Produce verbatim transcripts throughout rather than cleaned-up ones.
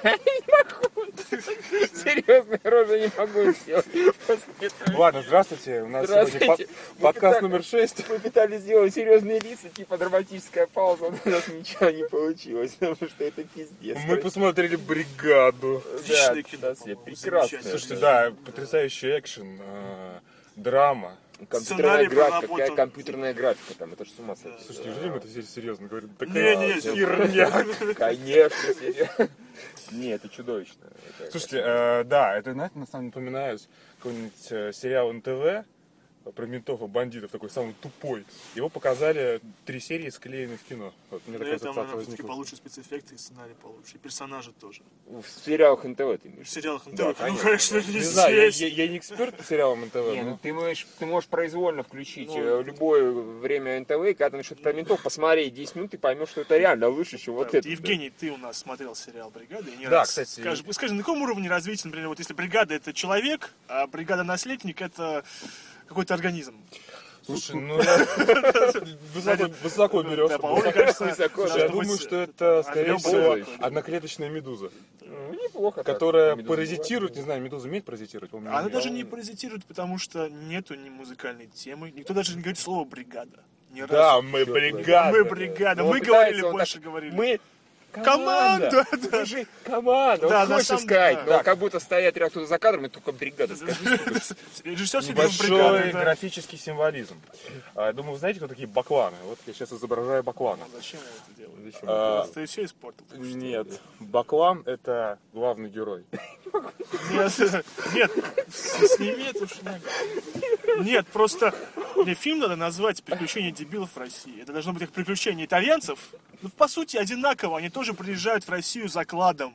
Серьезная рожа не могу сделать. Ладно, здравствуйте. У нас Здравствуйте. сегодня по- подкаст пытались- номер шесть. Мы пытались сделать серьезные лица, типа драматическая пауза, но у нас ничего не получилось, потому что это пиздец. Мы посмотрели «Бригаду». Да, Отличное кино, да, по-моему, прекрасно. замечательное. Слушайте, да, потрясающий экшен, э, драма. Компьютерная Сценарий графика, проработан. какая компьютерная графика там, это же с ума сойти. Слушайте, неужели мы это здесь серьезно говорим? Не, Такая не, херня. Конечно, серьезно. Не, это чудовищно. Это- Слушайте, э, да, это, знаете, на самом деле напоминает какой-нибудь э, сериал эн тэ вэ про ментов и бандитов, такой самый тупой. Его показали три серии, склеены в кино. Вот, мне Ну, такая и там, ассоциация наверное, все-таки возникла. получше спецэффекты и сценарий получше. И персонажи тоже. В сериалах эн тэ вэ ты имеешь? В сериалах эн тэ Да, вэ, ну, конечно. конечно, Не здесь знаю, я, есть. я- я не эксперт по сериалам эн тэ вэ, Не, но... ну ты можешь, ты можешь произвольно включить Ну, э, любое время эн тэ вэ, и когда ты начнешь про ментов посмотреть десять минут, ты поймешь, что это реально лучше, чем вот Да, это. Евгений, ты у нас смотрел сериал «Бригада». И не Да, раз. кстати. Скажи, скажи, на каком уровне развития, например, вот если «Бригада» — это человек, а «Бригада-наследник» — это какой-то организм? Слушай, ну я высоко, высоко берешь. Да, по-моему, мне кажется, Высоко, Слушай, я должно думаю, быть, что это, скорее объем всего, большой. одноклеточная медуза, Ну, неплохо. так. которая Медуза паразитирует, не знаю, медуза умеет паразитировать, по-моему, Она нет. даже не паразитирует, потому что нету ни музыкальной темы. Никто даже не говорит слово «бригада». Ни Да, разу. мы Мы бригада. бригада. Ну, Мы он говорили, пытается, он больше так, говорили. Мы Команда, да. Ты же команда. Да, Он на хочет самом- сказать, да. но как будто стоят рядом кто-то за кадром, и только бригада скажет. Режиссер себе Небольшой бригада. да. графический символизм. А, я думаю, вы знаете, кто такие бакланы? Вот я сейчас изображаю баклана. Зачем он это делает? Зачем? А, Ты все испортил. Нет, баклан — это главный герой. Нет, нет, с- сними эту шнягу. Нет, просто не, фильм надо назвать «Приключения дебилов в России». Это должно быть как приключения итальянцев. Ну, по сути, одинаково. Они тоже приезжают в Россию за кладом.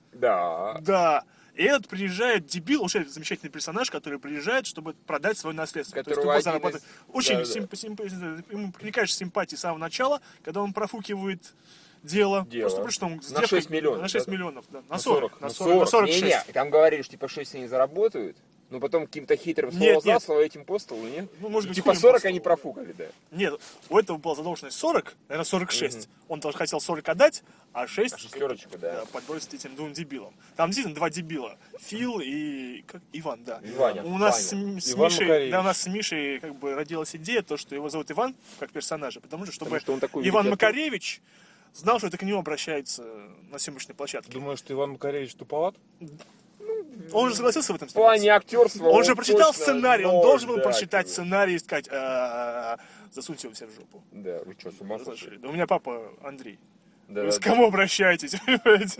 Да. Да. И этот приезжает дебил, вообще замечательный персонаж, который приезжает, чтобы продать свое наследство. То есть Которого ты один заработать- из- Очень Да, да. симп- симп- ему привлекаешь симпатии с самого начала, когда он профукивает дело. Дело. Просто потому что он с На девкой- шесть миллионов, На шесть да? миллионов, да. На На сорок. сорок. На На сорок. На сорок Не-не, шесть. там говорили, что типа шесть они заработают, но потом каким-то хитрым Нет, словом за нет. слово этим по столу, нет? Ну, может быть, Типа хуем сорок по они столу. профукали, да. Нет, у этого была задолженность сорок, наверное, сорок шесть. Он тоже хотел сорок отдать, а шесть А шестерочку, да. подбросить этим двум дебилам. Там действительно два дебила. Фил и как? Иван, да. И Ваня. У нас с, Ваня. М- с Иван Мишей, Макаревич. да, у нас с Мишей как бы родилась идея, то, что его зовут Иван, как персонажа, потому что, чтобы Потому что он такой Иван великий актер. Макаревич знал, что это к нему обращаются на съемочной площадке. Думаю, что Иван Макаревич туповат? Он же согласился в этом В плане актерства Он же прочитал точно сценарий, он ноль, должен был да, прочитать типа. сценарий и сказать, «А, засуньте его себе в жопу. Да, вы что, с ума сошли? Слушай, да у меня папа Андрей. Да, Вы да, с кому обращаетесь, понимаете?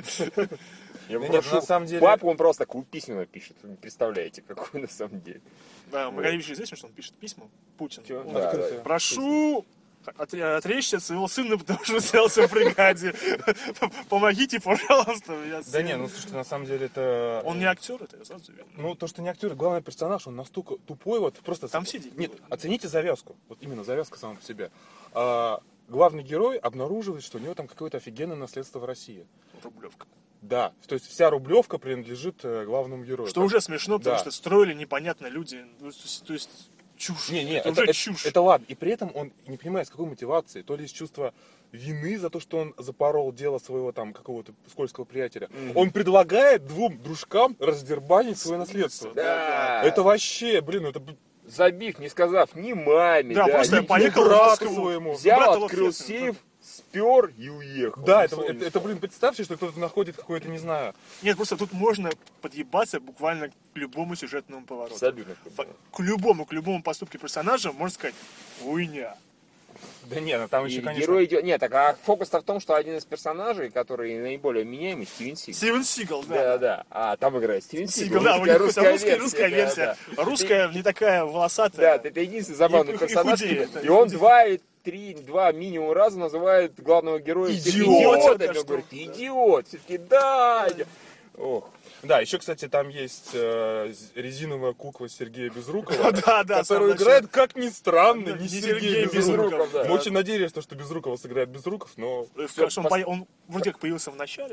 Я Да нет, прошу, на самом деле- папу он просто такую письменно пишет. Вы не представляете, какой на самом деле. Да, Макаревич известно, что он пишет письма. Путин. Чё? Он Да, такой, да. Прошу отре- отречься от своего сына, потому что взялся в бригаде. Помогите, пожалуйста. я Да сын». не, ну слушайте, на самом деле это... Он не актер, это я сразу видно. Ну, то, что не актер, главный персонаж, он настолько тупой, вот просто... Там все дебилы. Нет, оцените завязку. Вот именно завязка сама по себе. А, главный герой обнаруживает, что у него там какое-то офигенное наследство в России. Рублевка. Да, то есть вся Рублевка принадлежит э, главному герою. Что уже смешно, потому Да. что строили непонятно люди. Ну, То есть, то есть чушь. Не, не, это, это, уже это- чушь. это ладно. И при этом он не понимает, с какой мотивацией. То ли из чувства вины за то, что он запорол дело своего там какого-то скользкого приятеля. Он предлагает двум дружкам раздербанить свое наследство. Да. Это вообще, блин, это б- Забив, не сказав ни маме, Да, просто ни- я поехал ни в брату Москву. своему. Взял, Брат его открыл фест, сейф, спер и уехал. Да, Ни это, слова это, не это, сказал. блин, представьте, что кто-то находит какое-то, не знаю. Нет, просто тут можно подъебаться буквально к любому сюжетному повороту. Абсолютно. Фа- К любому, к любому поступке персонажа можно сказать «Уйня». Да нет, ну там еще, И конечно... герой идет. Нет, так а фокус-то в том, что один из персонажей, который наиболее меняемый, Стивен Сигал. Стивен Сигал, да. Да, да. А там играет Стивен Сигал, Сигал. да, у них русская, русская, русская версия. да, да. Русская не такая Да, волосатая. это единственный забавный И- и персонаж. худеет, да, И и он худеет. два и три, два минимум раза называет главного героя всех Идиот, идиотами. это Он что? говорит, идиот. Все-таки да. Ох. Да, еще, кстати, там есть э, резиновая кукла Сергея Безрукова, Да, да, которую сам играет, как ни странно, Да, не не Сергей Сергей Безруков. Безруков, да. Мы очень надеялись, что Безрукова сыграет Безруков, но... начал. Что он, по- он вроде как появился в начале.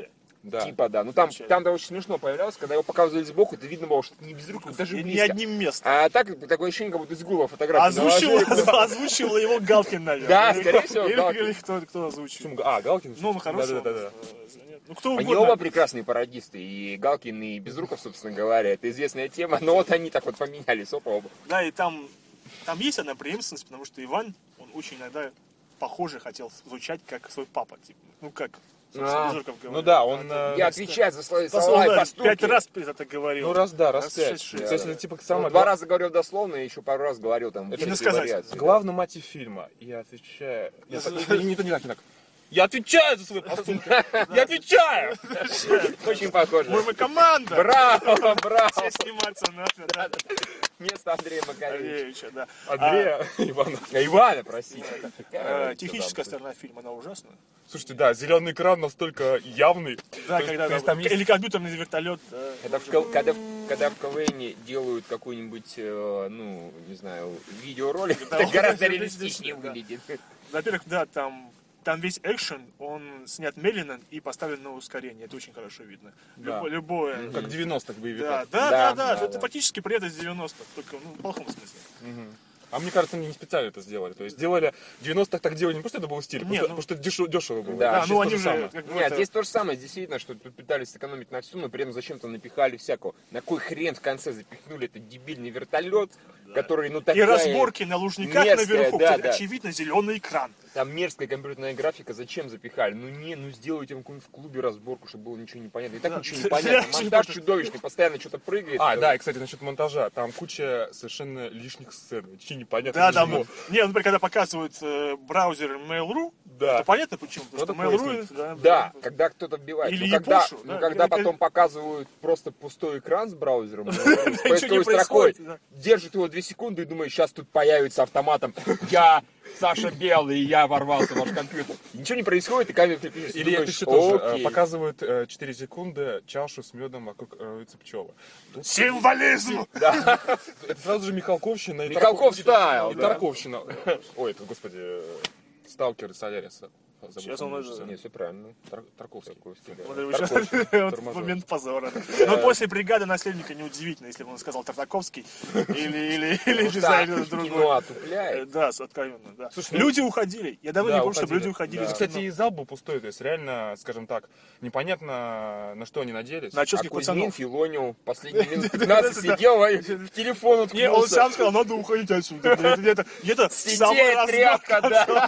Да. Типа, да. Ну там, Замечательно. там-то очень смешно появлялось, когда его показывали сбоку, это видно было, что это не без рук, даже Ни близко. одним местом. А так, такое ощущение, как будто из Гугла фотографии Озвучивал, наложили. озвучивал его Галкин, наверное. Да, Или- скорее всего, или- Галкин. Или кто, кто озвучивал. Почему? А, Галкин? Ну, он хороший. Да-да-да. Ну, кто Они угодно. оба прекрасные пародисты, и Галкин, и Безруков, собственно говоря, это известная тема, но вот они так вот поменялись, опа, оба. Да, и там, там есть одна преемственность, потому что Иван, он очень иногда похоже хотел звучать как свой папа. Типа. Ну, как, собственно, А, Безруков говорил. Ну да, он... Это- э, Я отвечаю за свои По слова и слову, поступки. пять раз это говорил. Ну раз, да, раз, Раз пять. шесть, шесть, То есть да, это типа Ну, самое... два гла- раза говорил дословно, и еще пару раз говорил там. Это всякие иносказательно. вариации. Главный мотив фильма. Я отвечаю... Нет, так, не, не, не, так, не так. Я отвечаю за свои поступки. Я отвечаю! Очень похоже. Мы, мы команда! Браво, браво. Все сниматься надо, да. Место Андрея Макаревича. Андреевича, да. Андрея Ивана. А, Ивана, простите. А, э, техническая сторона фильма, она ужасная. Слушайте, да, зеленый экран настолько явный. Да, То есть- когда то есть там, там есть- или компьютерный вертолет. Да. Когда в, Кол- когда, в- когда в КВН делают какой-нибудь, э, ну, не знаю, видеоролик, Да, это гораздо очень реалистичнее реалистично, да. выглядит. Во-первых, да, там, там весь экшен, он снят медленно и поставлен на ускорение. Это очень хорошо видно. Да. Любо- любое. Как в девяностых Да, боевиках. да, Да, да, да, да, это да. практически привет из девяностых, только ну, в плохом смысле. А мне кажется, они не специально это сделали. То есть делали в девяностых так делали не потому, что это был стиль, а Не, просто, ну- потому что это дешево, дешево было. Да, Да, Здесь ну то они же же самое. как бы Нет, это- здесь то же самое, действительно, что тут пытались сэкономить на всем, но при этом зачем-то напихали всякого. На кой хрен в конце запихнули этот дебильный вертолет, который, ну, И такая... разборки на лужниках мерзкая, наверху, да, где да. очевидно зеленый экран. Там мерзкая компьютерная графика, зачем запихали? Ну не, ну сделайте им какую-нибудь в клубе разборку, чтобы было ничего не понятно. И так Да. ничего не понятно. Да, Монтаж чего-то. чудовищный, постоянно что-то прыгает. А, да, и, кстати, насчет монтажа. Там куча совершенно лишних сцен. Вообще непонятно. Да, да. почему. Не, например, когда показывают э, браузер Mail.ru, Да. это понятно почему. Потому Надо что Mail.ru... пояснить. Да, Да, когда кто-то вбивает. Или ну, когда, ебушу, ну, да, когда когда- потом показывают просто пустой экран с браузером, с Ничего не поисковой строкой, происходит, да. держит его две секунды и думает, сейчас тут появится автоматом. Я Саша Белый, и я ворвался в ваш компьютер. И ничего не происходит, и камера переключится. Или Ты это еще думаешь, тоже. э, окей. Показывают э, четыре секунды чашу с медом вокруг роются пчелы. Символизм! Это сразу же Михалковщина. и Михалков Тарков- стайл, И да. Тарковщина. Ой, это, господи, э, Сталкер из Соляриса. Забыл, Сейчас он фамилию. уже- Нет, все правильно. Тар- Тарковский. Тарковский, да. Вот это Тарковский. сейчас- вот Тормозок. момент позора. Но после бригады наследника неудивительно, если бы он сказал Тартаковский или, или, или не знаю, Так, кто-то кино другой. отупляет. Э, Да, с- откровенно, да. Слушай, ну- Люди уходили. Я давно Да, не помню, чтобы уходили. люди уходили. Да. из Кстати, кино. и зал был пустой, то есть реально, скажем так, непонятно, на что они надеялись. На А чётких Кузьмин пацанов. филонил последние минут пятнадцать сидел, а в телефон уткнулся. Не, он сам сказал, надо уходить отсюда. блин, Где-то, где-то самый Сидеть, раз, тряпка, да.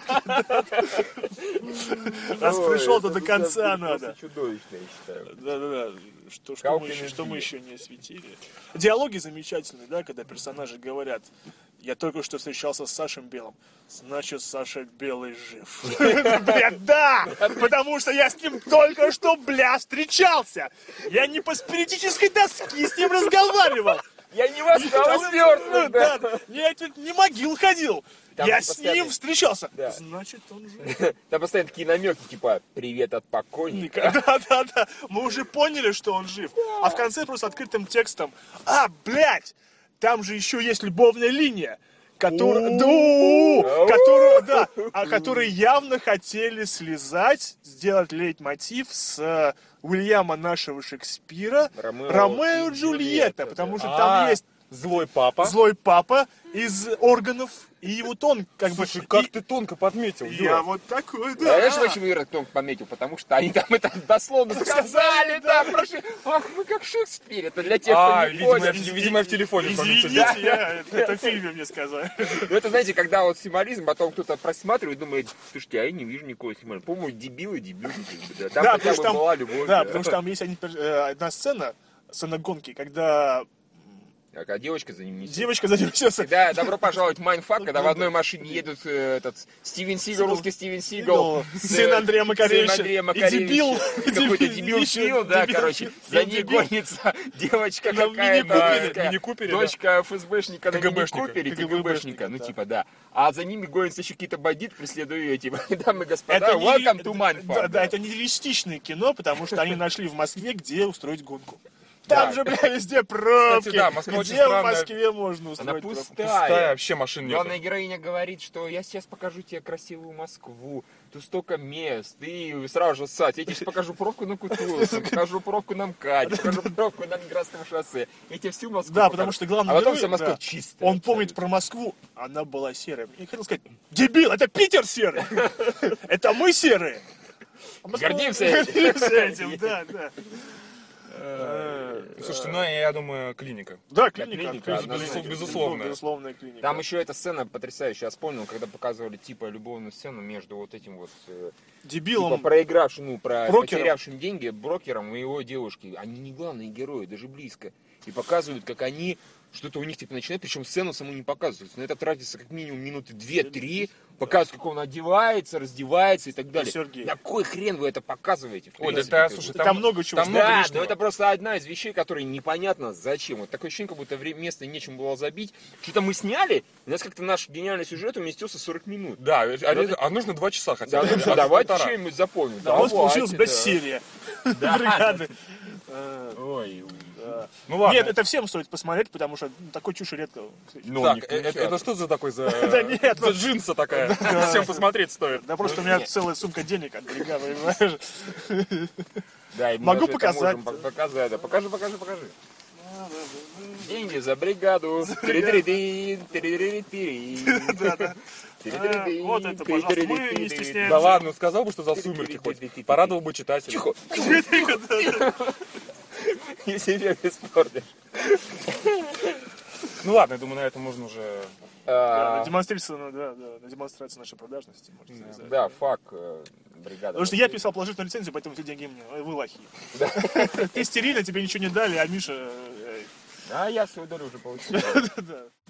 раз Ой, пришел-то это до конца просто надо. чудовищно, я считаю. Да-да-да. Что, что, Калкин мы еще, и что мы Джимми. еще не осветили? Диалоги замечательные, да, когда персонажи говорят: я только что встречался с Сашей Белым, значит, Саша Белый жив. Блядь, да! Потому что я с ним только что, бля, встречался! Я не по спиритической доске с ним разговаривал! Я не осталось мертвым, да. Да, я тут не могил ходил! Там Я же с постоянно- ним встречался! Да. Значит, он жив. Там постоянно такие намеки, типа, привет от покойника. Да, да, да. Мы уже поняли, что он жив. А в конце просто открытым текстом: а, блядь, там же еще есть любовная линия, которую, да, которую, да, а которые явно хотели слезать, сделать лейтмотив с э, Уильяма нашего Шекспира Ромео Ромео и и Джульетта, Джульетта, да. потому что А, там есть злой папа. злой папа из органов, и вот он как Слушай, бы... как и- ты тонко подметил, Я Юра. вот такой, да. Знаешь, почему Ира тонко пометил? Потому что они там это дословно сказали, да, прошу. Ах, мы как Шекспир, это для тех, А, кто не видимо, понял. я- видимо, я в телефоне Извините, помню. я, это в фильме мне сказали. Ну, это, знаете, когда вот символизм, потом кто-то просматривает и думает, слушайте, а я не вижу никакого символизма. По-моему, дебилы, дебилы. Да. Там Да, хотя потому бы что там, была любовь. да, потому что там есть один пер- э, одна сцена, сцена гонки, когда Так, а девочка за ним несет. девочка за ним несется. Да, добро пожаловать в Майнфак, когда в одной машине едут э, этот Стивен Сигал, русский Стивен Сигал, с, Сын Андрея Макаревича. сын Андрея И Макаревича, дебил. и какой-то Дебил, дебил еще Фил, да, дебил короче, Фил, за ней дебил. гонится девочка На какая-то, мини-купере, русская, мини-купере, да. дочка ФСБшника на КГБшника. мини-купере, КГБшника, КГБшника, ну да. типа, да. А за ними гонятся еще какие-то бандиты, преследуя эти, дамы и господа, Это не- welcome to да, Майнфак. да, это не реалистичное кино, потому что они нашли в Москве, где устроить гонку. Там Да. же, бля, везде пробки. Кстати, да, Москва очень Где в странная. Москве можно устроить Она пробку? пустая. Пустая, вообще машин нет. Главная героиня говорит, что я сейчас покажу тебе красивую Москву, тут столько мест, и сразу же ссать. Я тебе сейчас покажу пробку на Кутузовском, покажу пробку на МКАДе, покажу пробку на Ленинградском шоссе. Я тебе всю Москву Да, покажу. потому что главный А потом герой, вся Москва да, чистая. он помнит про Москву, она была серая. Я хотел сказать, дебил, это Питер серый. Это мы серые. А Москва- Гордимся этим. Гордимся этим, да, да. Слушайте, ну я думаю, клиника. Да, клиника. клиника, клиника, однозначно. безусловно. Безусловно. Безусловная клиника. Там еще эта сцена потрясающая. Я вспомнил, когда показывали типа любовную сцену между вот этим вот э, Дебилом. типа проигравшим, ну, про Брокером. потерявшим деньги брокером и его девушки. Они не главные герои, даже близко. И показывают, как они что-то у них типа начинает, причем сцену саму не показывают. На это тратится как минимум минуты две-три. Показывают, как он одевается, раздевается и так далее. Сергей. На кой хрен вы это показываете? в Ой, да принципе, это, как бы? слушай, Там, там много чего. там много Да, лишнего. но это просто одна из вещей, которые непонятно зачем. Вот такое ощущение, как будто вре- места нечем было забить. Что-то мы сняли, и у нас как-то наш гениальный сюжет уместился сорок минут. Да, а, а нужно два часа хотя Да, бы. ну что, А давайте полтора. что-нибудь запомним. Да, у нас Давайте, получилась, блядь, да. серия. Бригады. Ой, Ну ладно. Нет, это всем стоит посмотреть, потому что ну, такой чуши редко встречается. ну, Так, не в э- это, кинотеатре. это что за такой за, Да нет, за джинса такая? Всем посмотреть стоит. Да просто у меня целая сумка денег от бригады, понимаешь? Да, и мы Могу даже это показать. можем пок- показать. Да, покажи, покажи, покажи. Деньги за бригаду. Тири-тири-тин, тири-тири-тири. Тири-тири-тин, Вот это, пожалуйста, мы не тири-тири-тири. стесняемся. Да ладно, сказал бы, что за сумерки хоть. Порадовал бы читателя. Тихо. Если я испортишь. Ну ладно, я думаю, на этом можно уже... Да, А, на демонстрацию, ну, да, да, на демонстрацию нашей продажности, можно сказать. Да, фак, э, бригада. Потому что я писал положительную рецензию, поэтому эти деньги мне. Ой, вы лохи. Ты стерильно, тебе ничего не дали, а Миша... э, А я свою долю уже получил. да.